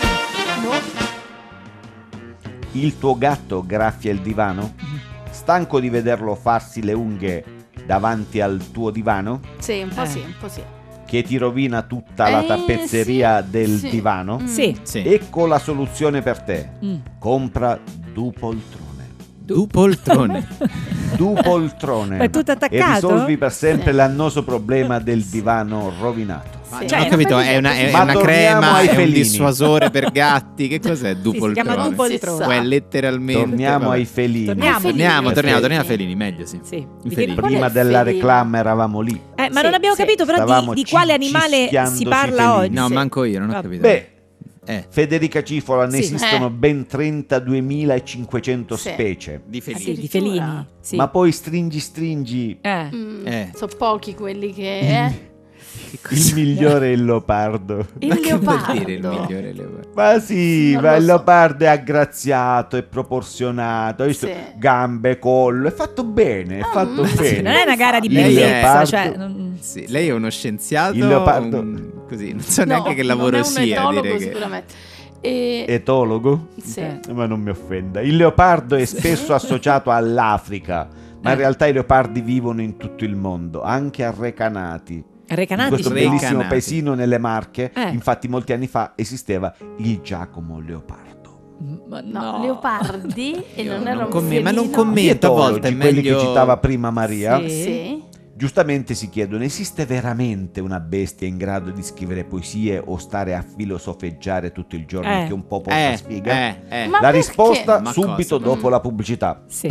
Il tuo gatto graffia il divano? Stanco di vederlo farsi le unghie davanti al tuo divano? Sì, un po' sì, un po' sì. Che ti rovina tutta la tappezzeria sì, del sì. divano? Sì. Sì. Ecco la soluzione per te. Mm. Compra Dupoltrone. Du poltrone. Dupoltrone. Ma è tutto E attaccato? risolvi per sempre Sì. l'annoso problema del divano rovinato. Sì. Cioè, ho capito, è una Ma torniamo crema, ai è un felini. dissuasore per gatti. Che cos'è si chiama Dupoltrone? Dupoltrone. È letteralmente. Torniamo vabbè. ai felini. Torniamo. Torniamo Perfetto. a felini, meglio sì. Sì. I Di felini. che- Qual è Prima il della felino? reclama eravamo lì. Ma Sì, non abbiamo sì. capito però Stavamo di quale animale si cischiandosi parla felini. oggi. No, Sì. manco io, non ho Vabbè. capito. Beh, Federica Cifola, ne Sì. esistono ben 32.500 Sì. specie. Di Sì, felini. di felini. Sì. Ma poi stringi, Sono pochi quelli che... il migliore è il leopardo. Il Ma che vuol leopardo. dire il migliore leopardo? Ma sì, Non ma lo il so. leopardo è aggraziato, è proporzionato, hai visto? Sì. Gambe, collo, è fatto bene, è fatto Sì, bene. non è una gara di Lei bellezza, è- leopardo. cioè, non- Sì, lei è uno scienziato. Il leopardo- Così, non so neanche che lavoro non è un sia. etologo Dire che... sicuramente. E... Etologo? Sì. Ma non mi offenda. Il leopardo è spesso associato all'Africa, ma in realtà i leopardi vivono in tutto il mondo, anche a Recanati. In Recanati questo ci Recanati. bellissimo paesino nelle Marche, Eh. infatti molti anni fa esisteva il Giacomo Leopardo. Ma No, leopardi e Io non era non un commento, ma non felino. commento. A volte è Etologi, quelli meglio- che citava prima Maria, Sì. Sì. giustamente si chiedono: esiste veramente una bestia in grado di scrivere poesie o stare a filosofeggiare tutto il giorno, che un po' porta sfiga? Ma La perché? risposta Ma subito cosa? dopo la pubblicità. Sì.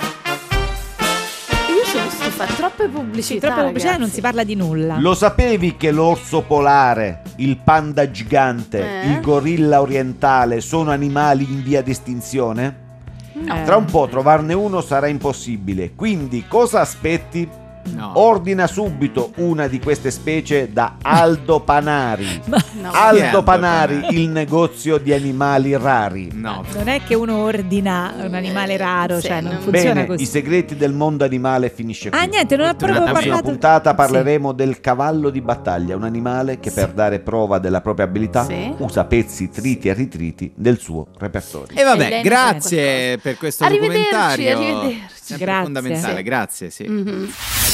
Io sono stufa, troppe pubblicità. Troppo pubblicità e non ragazzi. si parla di nulla. Lo sapevi che l'orso polare, il panda gigante, il gorilla orientale sono animali in via di estinzione? Tra un po' trovarne uno sarà impossibile, quindi cosa aspetti? No. Ordina subito una di queste specie da Aldo Panari. No. Chi è Aldo Aldo Panari, Panari? il negozio di animali rari. No. Non è che uno ordina un animale raro, Sì, cioè non non- funziona Bene, così. i segreti del mondo animale finisce qui. Ah, niente, non ha proprio Nella prossima parlato. puntata Sì. parleremo del cavallo di battaglia, un animale che per dare prova della propria abilità Sì. usa pezzi triti e ritriti del suo repertorio. E vabbè, E lei ne grazie sa per questo Arrivederci, documentario. arrivederci. Sempre Grazie. fondamentale, Sì. grazie, sì. Mhm.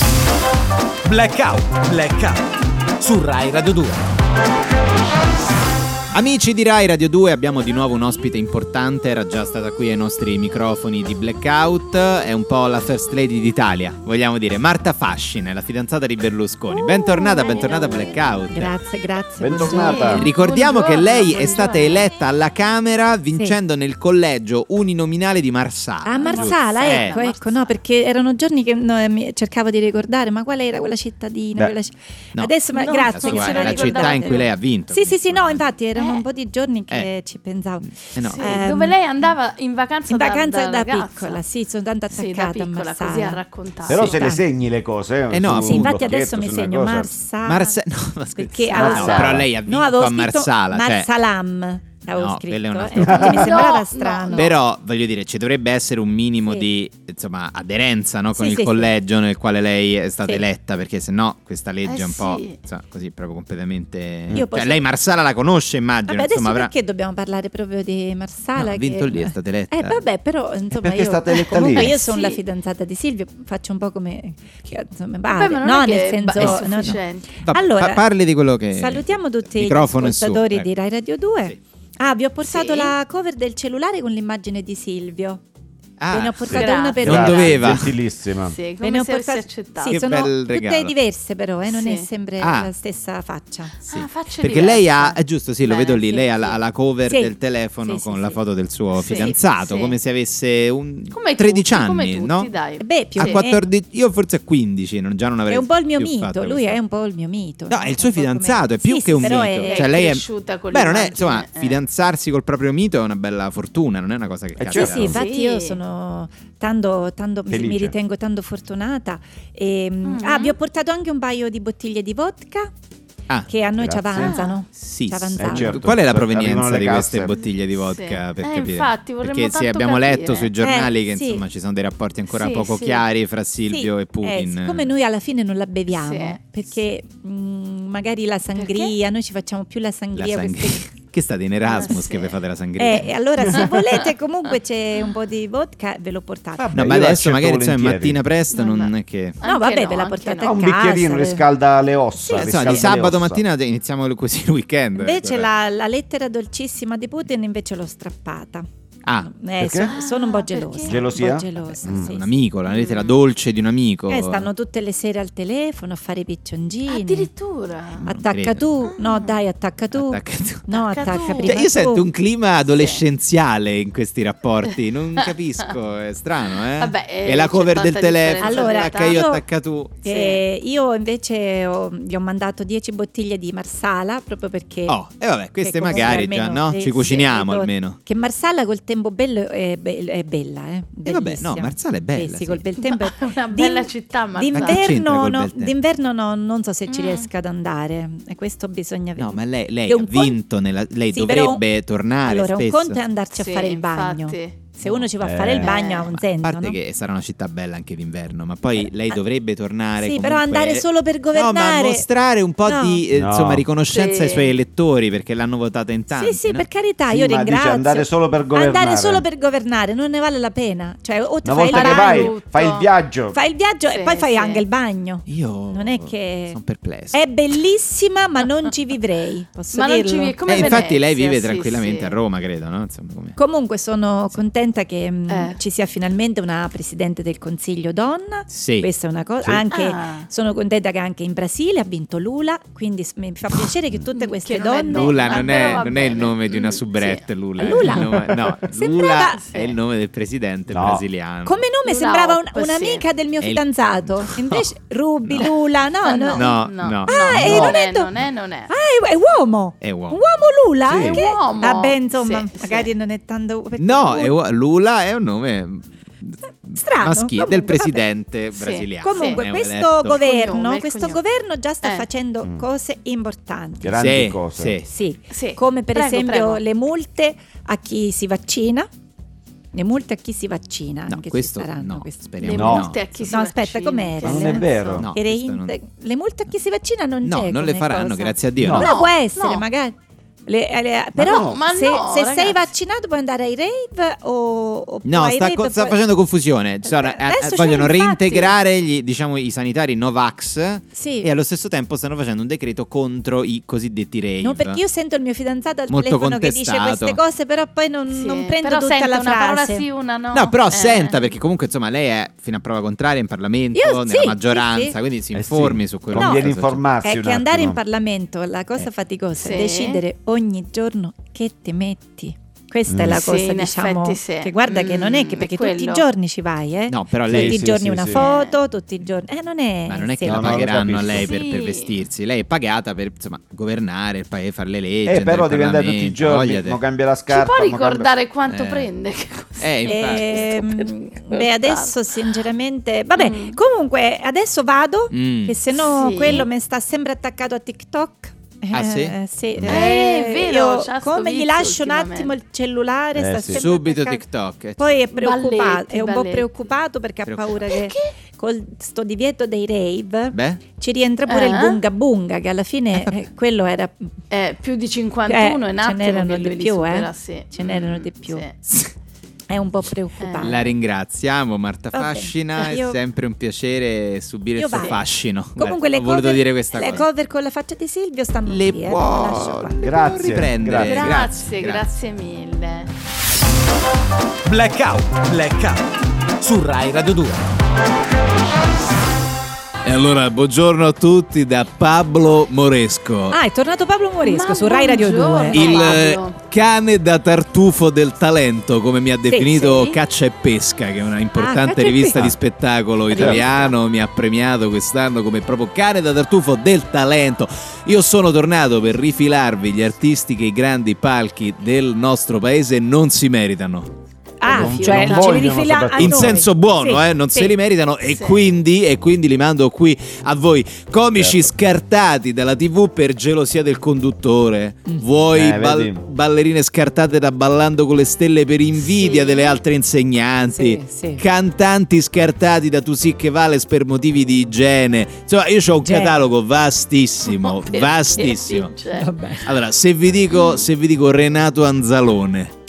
Blackout su Rai Radio 2. Amici di Rai Radio 2, abbiamo di nuovo un ospite importante, era già stata qui ai nostri microfoni di Blackout, è un po' la first lady d'Italia, vogliamo dire, Marta Fascine, la fidanzata di Berlusconi. Bentornata a Blackout. Grazie. Bentornata. buongiorno. Ricordiamo che lei è Buongiorno. stata eletta alla Camera vincendo nel collegio uninominale di Marsala. Ah, Marsala, giusto? ecco, no, perché erano giorni che cercavo di ricordare, ma qual era quella cittadina? Beh. No. Adesso, No, La, grazie. sua- che ce lo la città ricordate. in cui lei ha vinto. Sì, no, infatti erano un po' di giorni che Eh. ci pensavo. No. Sì, dove lei andava in vacanza In vacanza da ragazza. piccola, sì, sono tanto Sì, da attaccata a piccola, Marsala. così a raccontare. Però Sì, se le tanto. segni le cose, no, su Sì, un infatti adesso blocchietto, mi su una segno cosa. Marsala. No, ma scherzi. Perché No, allora- però lei ha vinto no, avevo a scritto Marsala. cioè- Marsalam. Avevo No, scritto. quella è una e infatti mi sembrava No, strano. no. Però voglio dire, ci dovrebbe essere un minimo Sì. di insomma aderenza, no, con Sì, il sì, collegio nel quale lei è stata Sì. eletta, perché sennò questa legge è un po' sì. insomma, così proprio completamente. Io posso- Cioè, lei Marsala la conosce, immagino. Vabbè, adesso insomma, avrà. perché dobbiamo parlare proprio di Marsala? No, ha vinto lì, è stata eletta. Vabbè, però insomma perché è io, stata eletta comunque lì. io sono Sì. la fidanzata di Silvio, faccio un po' come insomma, Vabbè, ma non no, è che nel senso è no, no. sufficiente. Va- Allora, parli di quello che. Salutiamo tutti gli Microfono è suo, ascoltatori ecco. di Rai Radio 2. Sì. Ah, vi ho portato Sì. la cover del cellulare con l'immagine di Silvio. Ah, Ve ne ho sì. portata Grazie. una per Non ora. doveva. Gentilissima. Sì, Ve ne come ho se avessi portate- accettato. Sì, Che sono bel tutte regalo. diverse però, non è Sì. sempre Ah. la stessa faccia. Sì. Ah, facce Perché diverse. lei ha, è giusto, sì, lo Bene, vedo lì, sì, lei ha sì. ha la cover Sì. del telefono Sì, con sì, la sì. foto del suo Sì, fidanzato, sì. come se avesse un Come 13 tutti, come anni, tutti, no? dai. Beh, più A o meno. 14, io forse a 15, già non avrei È un po' il mio più mito, fatto lui questa- è un po' il mio mito. No, è il suo un po' come- fidanzato, è più Sì, che un sì, però mito. è- Cioè, lei è cresciuta con Beh, non è, l'immagine, insomma, fidanzarsi col proprio mito è una bella fortuna, non è una cosa che Eh, capita. Sì, sì, infatti Sì. io sono mi Felice. ritengo tanto fortunata. Vi ho portato anche un paio di bottiglie di vodka Ah, che a noi ci grazie. avanzano. sì, Ci sì. avanzano. certo. Qual è la Arrivano provenienza le di casse. queste bottiglie di vodka? Sì. Per capire? Infatti, vorremmo Perché sì, tanto abbiamo capire. letto sui giornali che sì. insomma ci sono dei rapporti ancora Sì, poco sì. chiari fra Silvio Sì, e Putin. siccome noi alla fine non la beviamo, Sì. perché magari la sangria, noi ci facciamo più la La sangria. sangria. Che state in Erasmus sì. che vi fate la sangria? E allora se volete comunque c'è un po' di vodka, ve l'ho portato. Vabbè, No, ma io adesso l'accetto magari insomma, volentieri. mattina presto No, non no. è che. No, Anche vabbè, no, ve la anche portate no. a Un casa. bicchierino riscalda le ossa. Insomma, riscalda di le sabato ossa. mattina iniziamo così il weekend. Invece ecco. la lettera dolcissima di Putin invece l'ho strappata. Ah, perché? Sono un po' gelosa. Perché? Gelosia? Un po' gelosa, sì. Un amico, la lettera dolce di un amico. Stanno tutte le sere al telefono a fare i picciongini. Addirittura. Attacca tu. No, dai, attacca tu. Attacca tu. No, Attacca attacca tu. prima Cioè, io tu. sento un clima adolescenziale in questi rapporti, non capisco, è strano, eh? Vabbè, e la c'è cover del tanta telefono, differenza di attacca età. io, Io- attacca tu. Io invece gli ho mandato 10 bottiglie di Marsala proprio perché Oh, e vabbè, queste che comunque magari già, almeno no? sì, Ci cuciniamo sì, almeno. che Marsala col tempo bello è bella, E vabbè, bellissima. no, Marsala è bella. Sì, sì. col bel tempo. È una bella città, ma Ma che c'entra D'inverno, col no, bel tempo? d'inverno non so se ci riesca ad andare, e questo bisogna vedere. No, ma lei Che ha un vinto, lei Sì, però dovrebbe tornare Allora, spesso. un conto è andarci a Sì, fare il bagno. infatti. Se uno ci va a fare il bagno ha un A senso, parte no? che sarà una città bella anche d'inverno, ma poi lei dovrebbe tornare Sì, comunque... però andare solo per governare. No, ma mostrare un po' No. di No. insomma, riconoscenza Sì. ai suoi elettori, perché l'hanno votata in tanti. Sì, no? per carità, Sì, io ma dice ringrazio. andare solo per governare. Andare solo per governare non ne vale la pena. Cioè, o ti Una fai il volta che bagno, vai, fai il viaggio. fai il viaggio Sì, e poi fai sì. anche il bagno. Io Non è che- sono perplesso. È bellissima, ma non ci vivrei. Posso Ma non dirlo? ci vive come Infatti lei Venezia, vive sì, tranquillamente sì. a Roma, credo, no? Insomma, come... Comunque sono contenta che ci sia finalmente una presidente del Consiglio donna. Sì. Questa è una cosa. Sì. Anche Ah. sono contenta che anche in Brasile ha vinto Lula, quindi mi fa piacere che tutte queste Che non è donne donna. Lula Ma non però è, va non è il bene. nome di una Sì. soubrette, Lula. Lula? È il nome- no, Sembrava- Lula è il nome del presidente No. brasiliano. come nome Lula sembrava Hop, un'amica sì. del mio È il- fidanzato. Invece Rubi, Lula, no, Ah, no. No, no, no. Ah, e non non è è, do- non è, non è. Ah, è uomo. È uomo. Uomo Lula? Sì. Che- È uomo. Vabbè, insomma, Sì, magari sì. non è tanto. perché No, Lula- Lula è un nome strano. maschile Comunque, del presidente Sì. brasiliano. Comunque, È questo eletto. governo, Il questo cognome. governo già sta Eh. facendo cose importanti. Grandi Sì, cose. sì. Sì, Sì. come per Prego, esempio prego. le multe a chi si vaccina. Le multe a chi si vaccina. No, anche questo ci saranno no, queste. speriamo Le di no. multe a chi si No, aspetta, vaccina, com'era? che Ma non è senso? vero. No. Che questo non- le multe a chi si vaccina non No, c'è. non le come faranno, cosa. grazie a Dio. No. no. Però può essere, no. magari. Però no, ma se, no, se sei ragazzi. vaccinato puoi andare ai rave o No, ai sta, rave sta puoi- facendo confusione. Adesso Vogliono c'è, infatti. reintegrare diciamo, i sanitari Novax Sì. e allo stesso tempo stanno facendo un decreto contro i cosiddetti rave. No, perché io sento il mio fidanzato al Molto telefono che dice contestato. queste cose, però poi non Sì, prendo però tutta sente la una parola frase. sì, una no. No, però senta, perché comunque insomma lei è fino a prova contraria in Parlamento, Io nella sì, maggioranza, sì, sì. quindi si Eh informi sì. su quello Conviene che sta succedendo. informarsi È un che andare in attimo. Parlamento, la cosa faticosa è Sì. decidere ogni giorno che ti metti. Questa è la Sì, cosa, in diciamo, effetti sì. che guarda che non è che È perché tutti i quello. giorni ci vai, eh? No, però Tutti lei i sì, giorni sì, una sì. foto, tutti i giorni. Non è Ma non è che sì. la No, no, lo pagheranno a capisco. lei per Sì. vestirsi, lei è pagata per insomma governare il paese, fare le leggi. Però andare devi in andare tutti i Parlamento, giorni, vogliate. mo cambia la Ci scarpa. può mo cambia- ricordare quanto Eh. prende? Che cosa? Infatti. Beh, adesso sinceramente, vabbè, comunque adesso vado, Mm. che se no Sì. quello mi sta sempre attaccato a TikTok. Ah, sì? Sì. È vero, io c'ha sto come gli vizio lascio un ultimamente. attimo il cellulare, sta sì. sempre Subito attaccato. TikTok. Poi è preoccupato, Balletti, è un po' balletti. preoccupato perché ha paura che col sto divieto dei rave Beh, ci rientra pure il bunga bunga, che alla fine quello era Più di 51 è un ce attimo n'erano che di lui li più, supera, eh. sì. Ce n'erano di più. Sì. È un po' preoccupato. la ringraziamo Marta Vabbè, Fascina, è io- sempre un piacere subire il Io suo vado. fascino. Comunque Guarda, ho voluto dire questa le cosa. cover con la faccia di Silvio stanno Le qui, le può lascio qua. Grazie, riprendere. grazie. Grazie mille. Blackout su Rai Radio 2. E allora, buongiorno a tutti da Pablo Moresco. Ah, è tornato Pablo Moresco Ma su Rai Radio 2. buongiorno. Il Pablo. cane da tartufo del talento, come mi ha definito sì. Caccia e Pesca, che è una importante Caccia e rivista Pesca. di spettacolo italiano, mi ha premiato quest'anno come proprio cane da tartufo del talento. Io sono tornato per rifilarvi gli artisti che i grandi palchi del nostro paese non si meritano. Ah, Non cioè vogliono ce li rifila a soprattutto. In noi. senso buono, Sì, non sì. se li meritano e Sì. quindi li mando qui a voi, comici Certo. scartati dalla TV per gelosia del conduttore, vuoi vedi? ballerine scartate da Ballando con le Stelle per invidia Sì. delle altre insegnanti, Sì, sì. cantanti scartati da Tu sì che vales per motivi di igiene. Insomma, io ho un Igiene. catalogo vastissimo, Perché vastissimo. dice? Vabbè. Allora, se vi dico Renato Anzalone,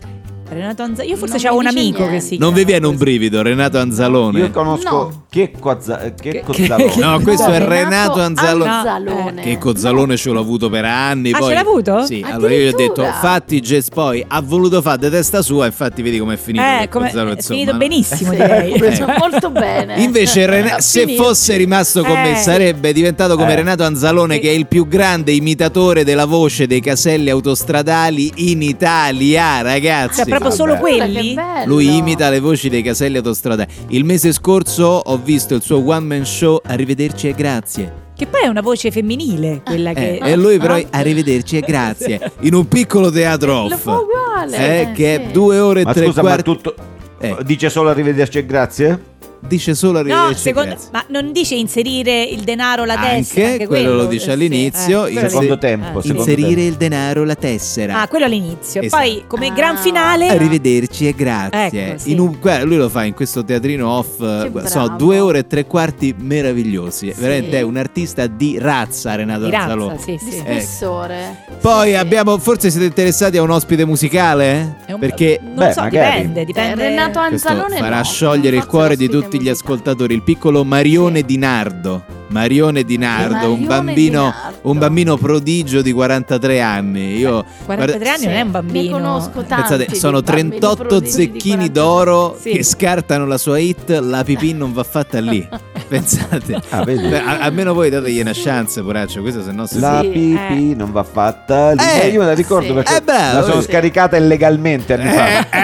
Renato Anzalone. Io forse Non c'avevo mi un dice amico che niente. si Non vi chiama viene un così. brivido, Renato Anzalone? Io conosco No. Checco Zalone. No, questo è Renato Anzalone. Anzalone. Che Cozzalone ce l'ho avuto per anni. Ah, poi, ce l'ha avuto? Sì, allora io gli ho detto Addirittura? fatti Jazz, poi ha voluto fare di testa sua, infatti vedi com'è finito. che Come Cozzalone, è insomma, finito no? benissimo, Sì, direi. molto bene. Invece Ha se finito. fosse rimasto con me Eh. sarebbe diventato come Renato Anzalone, Sì. che è il più grande imitatore della voce dei caselli autostradali in Italia, ragazzi. Cioè, proprio solo Guarda, che quelli? bello. Lui imita le voci dei caselli autostradali. Il mese scorso ho visto il suo one man show Arrivederci e grazie. Che poi è una voce femminile, quella che... E lui però Arrivederci e grazie in un piccolo teatro Lo off. fa uguale. Che è sì. 2 ore e Ma 3 scusa, ma quarti. tutto Eh. dice solo arrivederci e grazie? Dice solo No, Arrivederci e secondo... grazie. ma non dice inserire il denaro, la tessera? Anche quello lo dice sì. all'inizio. Quello Il Secondo lì. tempo. sì. secondo Inserire tempo. il denaro, la tessera. Ah, quello all'inizio. Esatto. Poi come Ah. gran finale... Arrivederci e grazie. Ecco, sì. Guarda, lui lo fa in questo teatrino off. Guarda, sono bravo. 2 ore e 3 quarti meravigliosi. Veramente è un artista di razza, Renato Di razza, Anzalone. sì, Di sì. spessore. Poi Sì. abbiamo, forse siete interessati a un ospite musicale? È un- Perché Non Beh, so, magari. dipende. Renato questo Anzalone farà no, sciogliere il forse cuore di l'ospite tutti gli musicale. ascoltatori. Il piccolo Marione Di Nardo. Marione Di Nardo, un Marione Di Nardo. bambino prodigio di 43 anni. Io 43 anni Sì, non è un bambino. Ne conosco tanti. pensate, sono di bambini 38 prodigi di zecchini 40. d'oro Sì. che scartano la sua hit, la pipì non va fatta lì. Pensate. Ah, vedi? Beh, almeno voi dategli una chance, poraccio, questo se no si La Sì, pipì non va fatta lì. Eh, Io me la ricordo sì. perché bello, la sono sì. scaricata illegalmente anni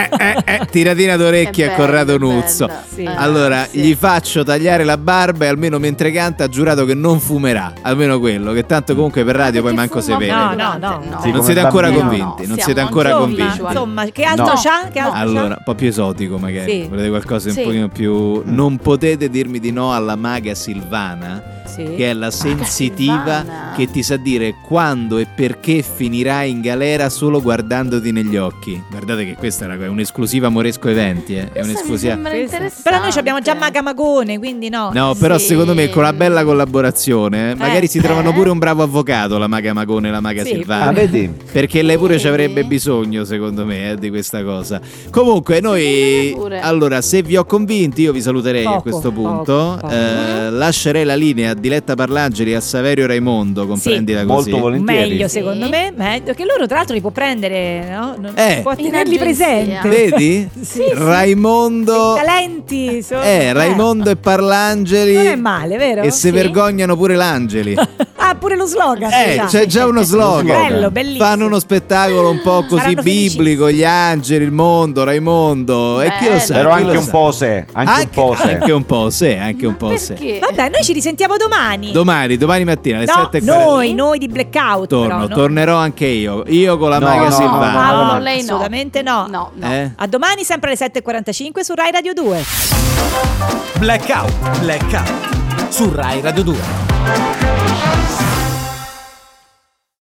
fa. Tiratina d'orecchie È a Corrado bello, Nuzzo. bello. Sì. Allora, sì. gli faccio tagliare la barba e almeno mentre canta ha giurato che non fumerà, almeno quello, che tanto comunque per radio poi Perché manco si fuma vede. No, durante- no. Sì, Non come siete ancora bambino. convinti, non Siamo siete ancora ancora convinti. visual. Insomma, che altro No. c'ha? Che altro Allora, un po' più esotico magari. Sì. Volete qualcosa di Sì. un pochino più. Non potete dirmi di no alla maga Silvana, c'ha? Sì. che è la sensitiva Silvana. che ti sa dire quando e perché finirai in galera solo guardandoti negli occhi. Guardate che questa è un'esclusiva Moresco Eventi, È Questa mi un'esclusiva. sembra interessante. Però noi abbiamo già Maga Magone, quindi no. No, però Sì. secondo me con la bella collaborazione magari si trovano eh. pure un bravo avvocato, la maga Magone e la maga Sì, Silvana. Ah, vedi? Perché lei pure ci avrebbe Vedi? bisogno, secondo me, di questa cosa. Comunque, noi. Secondo me pure. Allora, se vi ho convinti, io vi saluterei a Poco, questo punto. poco. Lascerei la linea a Diletta Parlangeli, a Saverio Raimondo, comprendila così. Molto volentieri. Meglio Sì. secondo me, che loro tra l'altro li può prendere, no? Può In tenerli agenzia. presenti. Vedi? Sì, Raimondo. Talenti sono. Raimondo e Parlangeli. Non è male, vero? E si Sì. vergognano pure l'angeli. Ah, pure lo slogan. C'è già uno slogan. Bello, bellissimo. Fanno uno spettacolo un po' così Saranno biblico, gli angeli, il mondo, Raimondo. E chi lo Bello. sa? Però chi anche lo un sa? po' se. Anche un po' se. Anche un po' se, anche un po' se. Perché? Vabbè, noi ci risentiamo domani. Domani mattina alle No, 7:40. noi di Blackout. però, no? Tornerò anche io con la No, maga no, Silvana. no, No, lei no. assolutamente no. No, no. Eh? A domani sempre alle 7:45 su Rai Radio 2. Blackout su Rai Radio 2.